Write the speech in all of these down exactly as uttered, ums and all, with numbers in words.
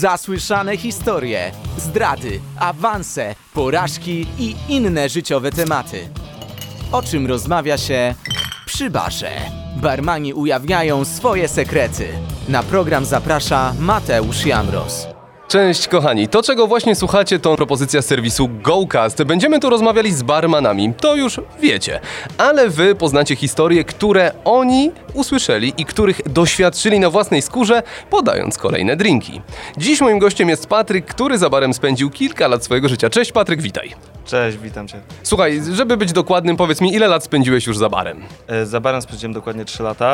Zasłyszane historie, zdrady, awanse, porażki i inne życiowe tematy. O czym rozmawia się przy barze. Barmani ujawniają swoje sekrety. Na program zaprasza Mateusz Jamroz. Cześć kochani, to czego właśnie słuchacie to propozycja serwisu GoCast. Będziemy tu rozmawiali z barmanami, to już wiecie. Ale wy poznacie historie, które oni usłyszeli i których doświadczyli na własnej skórze, podając kolejne drinki. Dziś moim gościem jest Patryk, który za barem spędził kilka lat swojego życia. Cześć Patryk, witaj. Cześć, witam cię. Słuchaj, żeby być dokładnym, powiedz mi, ile lat spędziłeś już za barem? E, za barem spędziłem dokładnie trzy lata,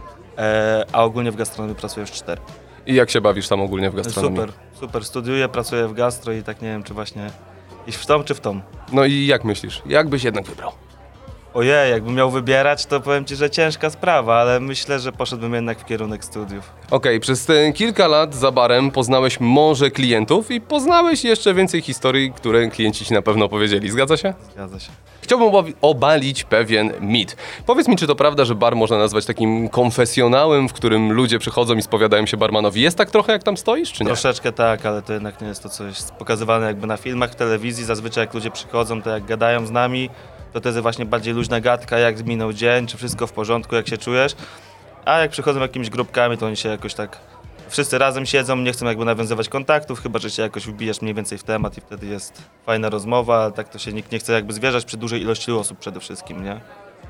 e, a ogólnie w gastronomii pracuję już cztery. I jak się bawisz tam ogólnie w gastronomii? Super, super. Studiuję, pracuję w gastro i tak nie wiem, czy właśnie iść w tą, czy w tą. No i jak myślisz? Jak byś jednak wybrał? Ojej, jakbym miał wybierać, to powiem ci, że ciężka sprawa, ale myślę, że poszedłbym jednak w kierunek studiów. Okej, okay, przez te kilka lat za barem poznałeś morze klientów i poznałeś jeszcze więcej historii, które klienci ci na pewno powiedzieli. Zgadza się? Zgadza się. Chciałbym obawi- obalić pewien mit. Powiedz mi, czy to prawda, że bar można nazwać takim konfesjonałem, w którym ludzie przychodzą i spowiadają się barmanowi? Jest tak trochę, jak tam stoisz, czy nie? Troszeczkę tak, ale to jednak nie jest to coś pokazywane jakby na filmach, w telewizji. Zazwyczaj jak ludzie przychodzą, to jak gadają z nami, to to jest właśnie bardziej luźna gadka, jak minął dzień, czy wszystko w porządku, jak się czujesz. A jak przychodzą jakimiś grupkami, to oni się jakoś tak wszyscy razem siedzą, nie chcą jakby nawiązywać kontaktów, chyba że się jakoś wbijasz mniej więcej w temat i wtedy jest fajna rozmowa, ale tak to się nikt nie chce jakby zwierzać przy dużej ilości osób przede wszystkim, nie?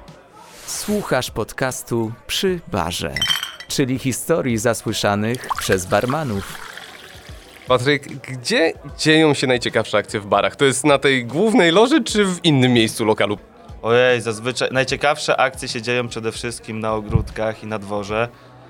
Słuchasz podcastu Przy barze, czyli historii zasłyszanych przez barmanów. Patryk, gdzie dzieją się najciekawsze akcje w barach? To jest na tej głównej loży, czy w innym miejscu lokalu? Ojej, zazwyczaj najciekawsze akcje się dzieją przede wszystkim na ogródkach i na dworze.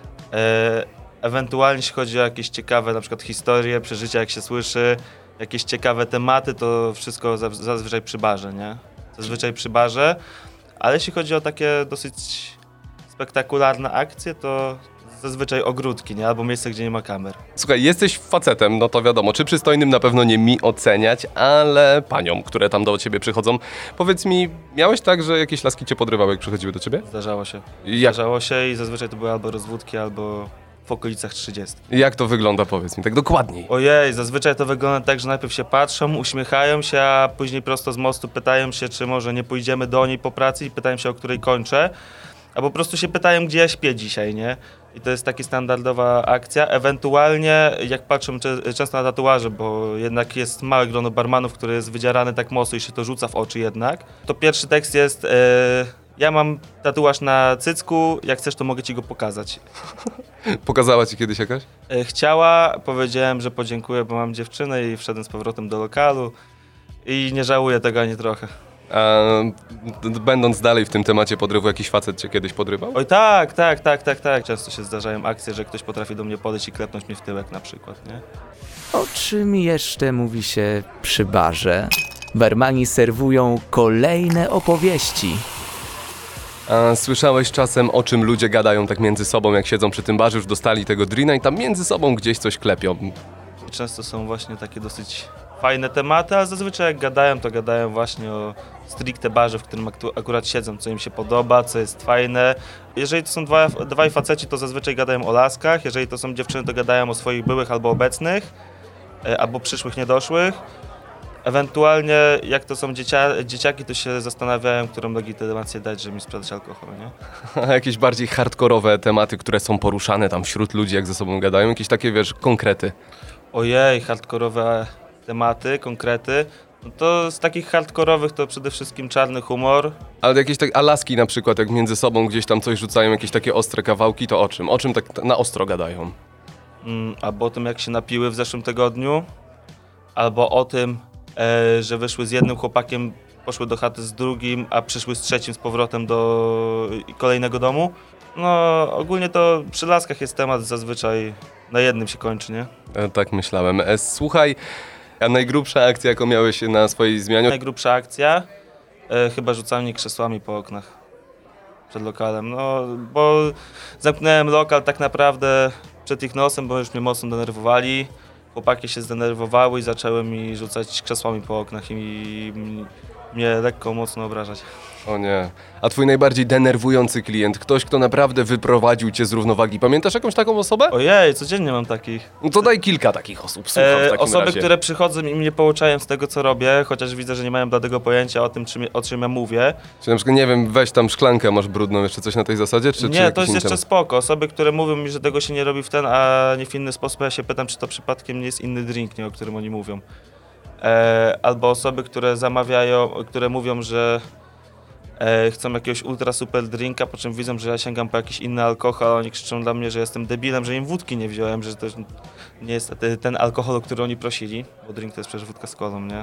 E, ewentualnie jeśli chodzi o jakieś ciekawe na przykład historie, przeżycia, jak się słyszy, jakieś ciekawe tematy, to wszystko zazwyczaj przy barze, nie? Zazwyczaj przy barze, ale jeśli chodzi o takie dosyć spektakularne akcje, to zazwyczaj ogródki, nie? Albo miejsce, gdzie nie ma kamer. Słuchaj, jesteś facetem, no to wiadomo, czy przystojnym na pewno nie mi oceniać, ale paniom, które tam do ciebie przychodzą. Powiedz mi, miałeś tak, że jakieś laski cię podrywały, jak przychodziły do ciebie? Zdarzało się. Jak, Zdarzało się i zazwyczaj to były albo rozwódki, albo w okolicach trzydziestki. jak to wygląda, powiedz mi, tak dokładniej. Ojej, zazwyczaj to wygląda tak, że najpierw się patrzą, uśmiechają się, a później prosto z mostu pytają się, czy może nie pójdziemy do niej po pracy i pytają się, o której kończę. A po prostu się pytają, gdzie ja śpię dzisiaj, nie? I to jest taka standardowa akcja. Ewentualnie, jak patrzę cze- często na tatuaże, bo jednak jest małe grono barmanów, które jest wydzierane tak mocno i się to rzuca w oczy jednak, to pierwszy tekst jest e, ja mam tatuaż na cycku, jak chcesz, to mogę ci go pokazać. Pokazała ci kiedyś jakaś? E, chciała, powiedziałem, że podziękuję, bo mam dziewczynę i wszedłem z powrotem do lokalu i nie żałuję tego ani trochę. A d- będąc dalej w tym temacie podrywu, jakiś facet cię kiedyś podrywał? Oj tak, tak, tak, tak, tak. Często się zdarzają akcje, że ktoś potrafi do mnie podejść i klepnąć mnie w tyłek na przykład, nie? O czym jeszcze mówi się przy barze? Barmani serwują kolejne opowieści. A słyszałeś czasem, o czym ludzie gadają tak między sobą, jak siedzą przy tym barze, już dostali tego drina i tam między sobą gdzieś coś klepią? I często są właśnie takie dosyć fajne tematy, a zazwyczaj jak gadają, to gadają właśnie o stricte barze, w którym aktu- akurat siedzą, co im się podoba, co jest fajne. Jeżeli to są dwa, dwaj faceci, to zazwyczaj gadają o laskach, jeżeli to są dziewczyny, to gadają o swoich byłych albo obecnych, e, albo przyszłych niedoszłych. Ewentualnie jak to są dziecia- dzieciaki, to się zastanawiają, którą legitymację dać, żeby mi sprzedać alkohol, nie? A jakieś bardziej hardkorowe tematy, które są poruszane tam wśród ludzi, jak ze sobą gadają? Jakieś takie, wiesz, konkrety? Ojej, hardkorowe tematy, konkrety. No to z takich hardkorowych to przede wszystkim czarny humor. Ale jakieś tak alaski na przykład, jak między sobą gdzieś tam coś rzucają, jakieś takie ostre kawałki, to o czym? O czym tak na ostro gadają? Mm, albo o tym, jak się napiły w zeszłym tygodniu. Albo o tym, e, że wyszły z jednym chłopakiem, poszły do chaty z drugim, a przyszły z trzecim z powrotem do kolejnego domu. No ogólnie to przy laskach jest temat zazwyczaj na jednym się kończy, nie? E, tak myślałem. E, słuchaj, a najgrubsza akcja, jaką miałeś na swojej zmianie? Najgrubsza akcja, e, chyba rzucanie krzesłami po oknach przed lokalem, no bo zamknąłem lokal tak naprawdę przed ich nosem, bo już mnie mocno denerwowali. Chłopaki się zdenerwowały i zaczęły mi rzucać krzesłami po oknach i mnie lekko, mocno obrażać. O nie. A twój najbardziej denerwujący klient? Ktoś, kto naprawdę wyprowadził cię z równowagi. Pamiętasz jakąś taką osobę? Ojej, codziennie mam takich. No to daj kilka takich osób, słucham w E, takim osoby, razie. które przychodzą i mnie pouczają z tego, co robię, chociaż widzę, że nie mają bladego pojęcia o tym, czym, o czym ja mówię. Czy na przykład, nie wiem, weź tam szklankę, masz brudną, jeszcze coś na tej zasadzie? Czy, czy Nie, jakiś to jest inny jeszcze temat? spoko. Osoby, które mówią mi, że tego się nie robi w ten, a nie w inny sposób, ja się pytam, czy to przypadkiem nie jest inny drink, nie, o którym oni mówią. E, albo osoby, które zamawiają, które mówią, że e, chcą jakiegoś ultra super drinka, po czym widzą, że ja sięgam po jakiś inny alkohol, a oni krzyczą dla mnie, że jestem debilem, że im wódki nie wziąłem, że to nie jest ten alkohol, o który oni prosili, bo drink to jest przecież wódka z kolą, nie? E,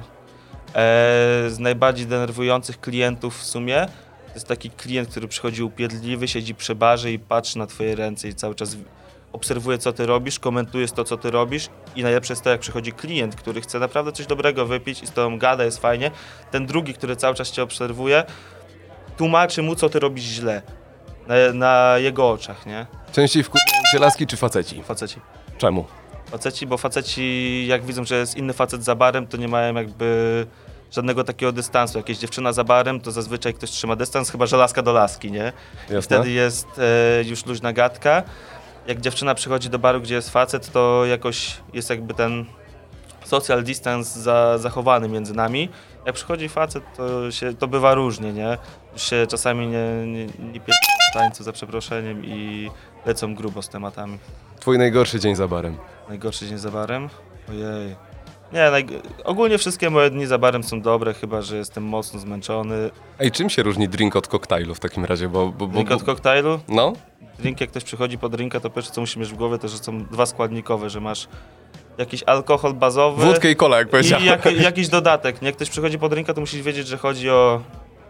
z najbardziej denerwujących klientów w sumie to jest taki klient, który przychodzi upierdliwy, siedzi przy barze i patrzy na twoje ręce i cały czas obserwuje, co ty robisz, komentuje to, co ty robisz i najlepsze jest to, jak przychodzi klient, który chce naprawdę coś dobrego wypić i z tobą gada, jest fajnie. Ten drugi, który cały czas cię obserwuje, tłumaczy mu, co ty robisz źle na, na jego oczach, nie? Częściej wkurzają cię laski czy faceci? Faceci. Czemu? Faceci, bo faceci jak widzą, że jest inny facet za barem, to nie mają jakby żadnego takiego dystansu. Jak jest dziewczyna za barem, to zazwyczaj ktoś trzyma dystans, chyba że laska do laski, nie? Jasne. I wtedy jest e, już luźna gadka. Jak dziewczyna przychodzi do baru, gdzie jest facet, to jakoś jest jakby ten social distance za, zachowany między nami. Jak przychodzi facet, to, się, to bywa różnie, nie? Już się czasami nie, nie, nie pierdolą w tańcu za przeproszeniem i lecą grubo z tematami. Twój najgorszy dzień za barem? Najgorszy dzień za barem? Ojej. Nie, najg- ogólnie wszystkie moje dni za barem są dobre, chyba że jestem mocno zmęczony. Ej, czym się różni drink od koktajlu w takim razie? Bo, bo, bo, Drink od koktajlu? No? Drink, jak ktoś przychodzi po drinka, to pierwsze co musisz mieć w głowie, to że są dwa składnikowe, że masz jakiś alkohol bazowy Wódkę i kola, jak i powiedziałem. jak, jakiś dodatek. Nie? Jak ktoś przychodzi po drinka, to musisz wiedzieć, że chodzi o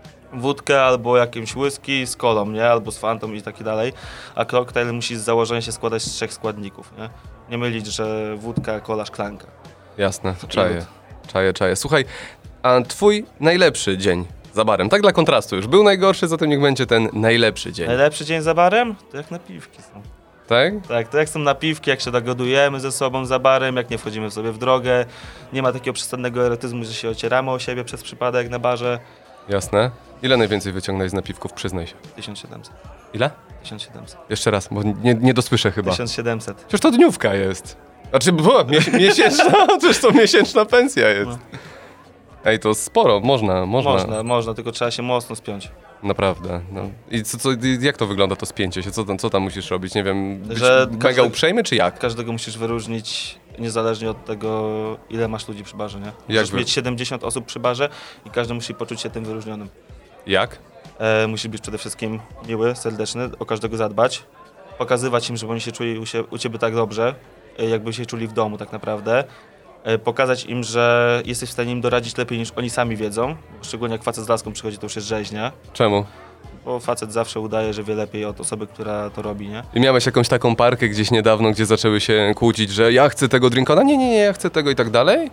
wódkę albo jakimś whisky z kolą, nie? Albo z fantą i tak dalej. A koktajl musi z założenia się składać z trzech składników, nie? Nie mylić, że wódka, kola, szklanka. Jasne, czaję, czaję, czaję. Słuchaj, a twój najlepszy dzień za barem, tak dla kontrastu już, był najgorszy, zatem niech będzie ten najlepszy dzień. Najlepszy dzień za barem? To jak napiwki są. Tak? Tak, to jak są napiwki, jak się dogadujemy ze sobą za barem, jak nie wchodzimy sobie w drogę, nie ma takiego przesadnego erotyzmu, że się ocieramy o siebie przez przypadek na barze. Jasne. Ile najwięcej wyciągnąłeś z napiwków, przyznaj się. tysiąc siedemset. Ile? tysiąc siedemset. Jeszcze raz, bo nie, nie dosłyszę chyba. tysiąc siedemset. Przecież to dniówka jest. Znaczy, była mies- miesięczna, przecież to miesięczna pensja jest. No. Ej, to sporo, można, można. Można, można, tylko trzeba się mocno spiąć. Naprawdę. No. I co, co, jak to wygląda, to spięcie się? Co tam, co tam musisz robić? Nie wiem, być Że mega każdy- uprzejmy, czy jak? Każdego musisz wyróżnić niezależnie od tego, ile masz ludzi przy barze, nie? Jak Musisz wy- mieć siedemdziesiąt osób przy barze i każdy musi poczuć się tym wyróżnionym. Jak? E, musisz być przede wszystkim miły, serdeczny, o każdego zadbać, pokazywać im, żeby oni się czuli u, sie- u ciebie tak dobrze, e, jakby się czuli w domu tak naprawdę. E, pokazać im, że jesteś w stanie im doradzić lepiej niż oni sami wiedzą. Szczególnie jak facet z laską przychodzi, to już jest rzeźnia. Czemu? Bo facet zawsze udaje, że wie lepiej od osoby, która to robi, nie? I miałeś jakąś taką parkę gdzieś niedawno, gdzie zaczęły się kłócić, że ja chcę tego drinkona, nie, nie, nie, ja chcę tego i tak dalej?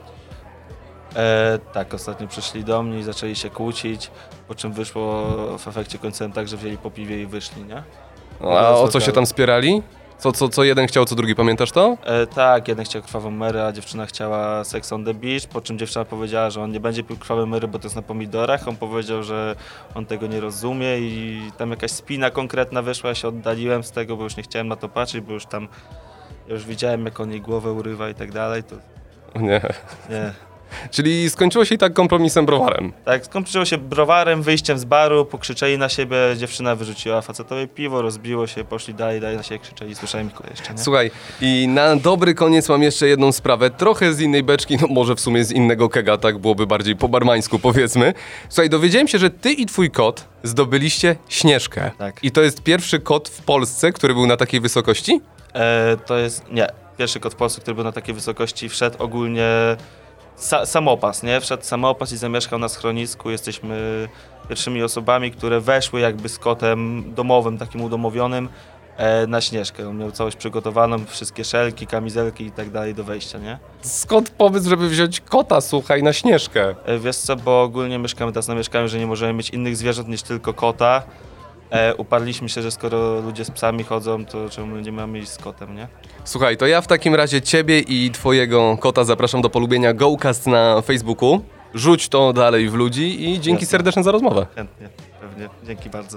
E, tak, ostatnio przyszli do mnie i zaczęli się kłócić, po czym wyszło w efekcie końcem tak, że wzięli po piwie i wyszli, nie? No, a o co się tam spierali? Co, co, co jeden chciał, co drugi, pamiętasz to? E, tak, jeden chciał krwawą merę, a dziewczyna chciała sex on the beach, po czym dziewczyna powiedziała, że on nie będzie pił krwawej mery, bo to jest na pomidorach. On powiedział, że on tego nie rozumie i tam jakaś spina konkretna wyszła, ja się oddaliłem z tego, bo już nie chciałem na to patrzeć, bo już tam, ja już widziałem, jak on jej głowę urywa i tak dalej, to O nie. nie. Czyli skończyło się i tak kompromisem browarem. Tak, skończyło się browarem, wyjściem z baru, pokrzyczeli na siebie, dziewczyna wyrzuciła facetowe piwo, rozbiło się, poszli dalej, dalej na siebie krzyczeli, słyszałem ich jeszcze, nie? Słuchaj, i na dobry koniec mam jeszcze jedną sprawę, trochę z innej beczki, no może w sumie z innego kega, tak byłoby bardziej po barmańsku powiedzmy. Słuchaj, dowiedziałem się, że ty i twój kot zdobyliście Śnieżkę. Tak. I to jest pierwszy kot w Polsce, który był na takiej wysokości? E, to jest, nie, pierwszy kot w Polsce, który był na takiej wysokości, wszedł ogólnie sa, samopas, nie? Wszedł samopas i zamieszkał na schronisku. Jesteśmy pierwszymi osobami, które weszły jakby z kotem domowym, takim udomowionym, e, na Śnieżkę. On miał całość przygotowaną, wszystkie szelki, kamizelki i tak dalej do wejścia, nie? Skąd pomysł, żeby wziąć kota, słuchaj, na Śnieżkę? E, wiesz co, bo ogólnie mieszkamy teraz na mieszkaniu, że nie możemy mieć innych zwierząt niż tylko kota. E, uparliśmy się, że skoro ludzie z psami chodzą, to czemu nie mamy iść z kotem, nie? Słuchaj, to ja w takim razie ciebie i twojego kota zapraszam do polubienia GoCast na Facebooku. Rzuć to dalej w ludzi i dzięki Jasne. serdeczne za rozmowę. Chętnie, pewnie. Dzięki bardzo.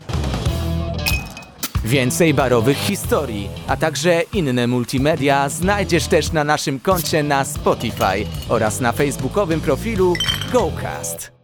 Więcej barowych historii, a także inne multimedia znajdziesz też na naszym koncie na Spotify oraz na facebookowym profilu GoCast.